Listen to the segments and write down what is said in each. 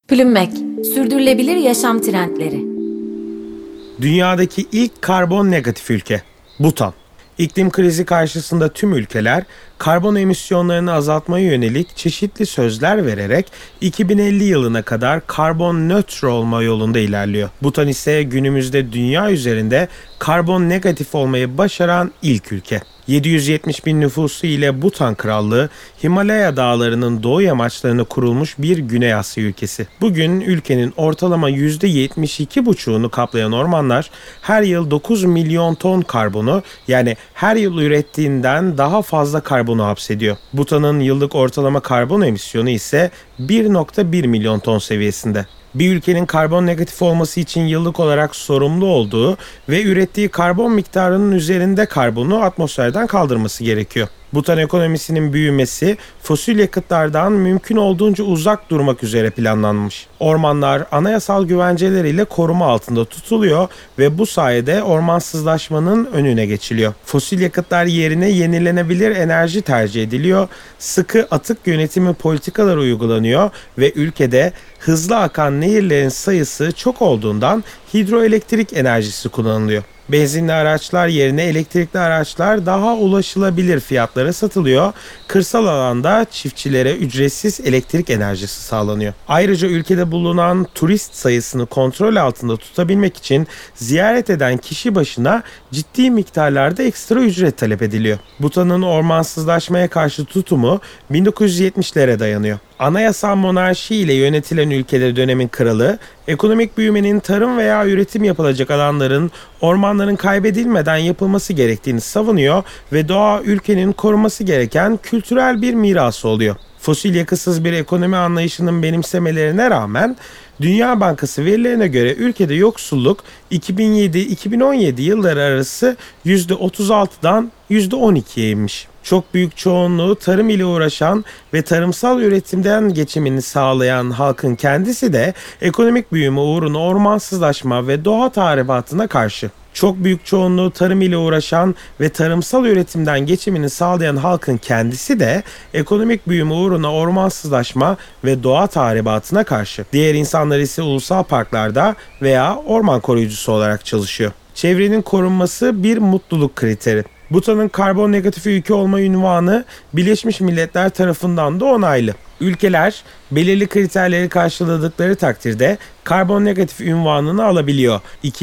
Plümmek, sürdürülebilir yaşam trendleri. Dünyadaki ilk karbon negatif ülke, Bhutan. İklim krizi karşısında tüm ülkeler karbon emisyonlarını azaltmaya yönelik çeşitli sözler vererek 2050 yılına kadar karbon nötr olma yolunda ilerliyor. Bhutan ise günümüzde dünya üzerinde karbon negatif olmayı başaran ilk ülke. 770 bin nüfusu ile Bhutan Krallığı, Himalaya dağlarının doğu yamaçlarına kurulmuş bir Güney Asya ülkesi. Bugün ülkenin ortalama %72,5'unu kaplayan ormanlar her yıl 9 milyon ton karbonu, yani her yıl ürettiğinden daha fazla karbonu hapsediyor. Bhutan'ın yıllık ortalama karbon emisyonu ise 1,1 milyon ton seviyesinde. Bir ülkenin karbon negatif olması için yıllık olarak sorumlu olduğu ve ürettiği karbon miktarının üzerinde karbonu atmosferden kaldırması gerekiyor. Bhutan ekonomisinin büyümesi fosil yakıtlardan mümkün olduğunca uzak durmak üzere planlanmış. Ormanlar anayasal güvenceleriyle koruma altında tutuluyor ve bu sayede ormansızlaşmanın önüne geçiliyor. Fosil yakıtlar yerine yenilenebilir enerji tercih ediliyor, sıkı atık yönetimi politikaları uygulanıyor ve ülkede hızlı akan nehirlerin sayısı çok olduğundan hidroelektrik enerjisi kullanılıyor. Benzinli araçlar yerine elektrikli araçlar daha ulaşılabilir fiyatlara satılıyor. Kırsal alanda çiftçilere ücretsiz elektrik enerjisi sağlanıyor. Ayrıca ülkede bulunan turist sayısını kontrol altında tutabilmek için ziyaret eden kişi başına ciddi miktarlarda ekstra ücret talep ediliyor. Bhutan'ın ormansızlaşmaya karşı tutumu 1970'lere dayanıyor. Anayasal monarşi ile yönetilen ülkede dönemin kralı, ekonomik büyümenin tarım veya üretim yapılacak alanların ormanların kaybedilmeden yapılması gerektiğini savunuyor ve doğa ülkenin korunması gereken kültürel bir mirası oluyor. Fosil yakıtsız bir ekonomi anlayışının benimsemelerine rağmen Dünya Bankası verilerine göre ülkede yoksulluk 2007-2017 yılları arası %36'dan %12'ye inmiş. Çok büyük çoğunluğu tarım ile uğraşan ve tarımsal üretimden geçimini sağlayan halkın kendisi de ekonomik büyüme uğruna ormansızlaşma ve doğa tahribatına karşı. Çok büyük çoğunluğu tarım ile uğraşan ve tarımsal üretimden geçimini sağlayan halkın kendisi de ekonomik büyüme uğruna ormansızlaşma ve doğa tahribatına karşı. Diğer insanlar ise ulusal parklarda veya orman koruyucusu olarak çalışıyor. Çevrenin korunması bir mutluluk kriteri. Bhutan'ın karbon negatif ülke olma unvanı Birleşmiş Milletler tarafından da onaylı. Ülkeler belirli kriterleri karşıladıkları takdirde karbon negatif unvanını alabiliyor.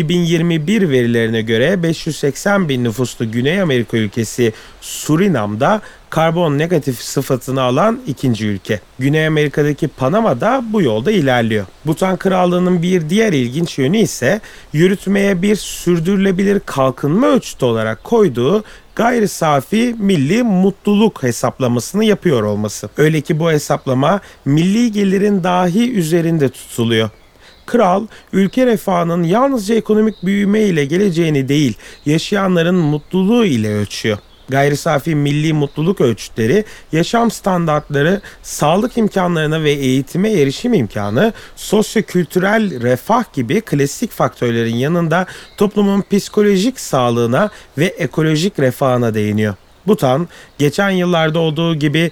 2021 verilerine göre 580 bin nüfuslu Güney Amerika ülkesi Surinam'da karbon negatif sıfatını alan ikinci ülke. Güney Amerika'daki Panama da bu yolda ilerliyor. Bhutan Krallığı'nın bir diğer ilginç yönü ise yürütmeye bir sürdürülebilir kalkınma ölçütü olarak koyduğu gayri safi milli mutluluk hesaplamasını yapıyor olması. Öyle ki bu hesaplama milli gelirin dahi üzerinde tutuluyor. Kral, ülke refahının yalnızca ekonomik büyüme ile geleceğini değil, yaşayanların mutluluğu ile ölçüyor. Gayri safi milli mutluluk ölçütleri, yaşam standartları, sağlık imkanlarına ve eğitime erişim imkanı, sosyo-kültürel refah gibi klasik faktörlerin yanında toplumun psikolojik sağlığına ve ekolojik refahına değiniyor. Bhutan, geçen yıllarda olduğu gibi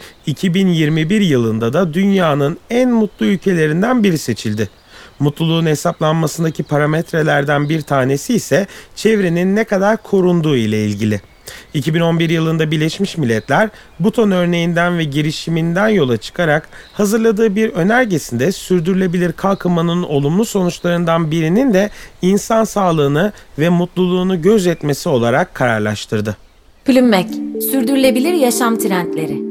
2021 yılında da dünyanın en mutlu ülkelerinden biri seçildi. Mutluluğun hesaplanmasındaki parametrelerden bir tanesi ise çevrenin ne kadar korunduğu ile ilgili. 2011 yılında Birleşmiş Milletler, Bhutan örneğinden ve girişiminden yola çıkarak hazırladığı bir önergesinde sürdürülebilir kalkınmanın olumlu sonuçlarından birinin de insan sağlığını ve mutluluğunu gözetmesi olarak kararlaştırdı. Plümmek, sürdürülebilir yaşam trendleri.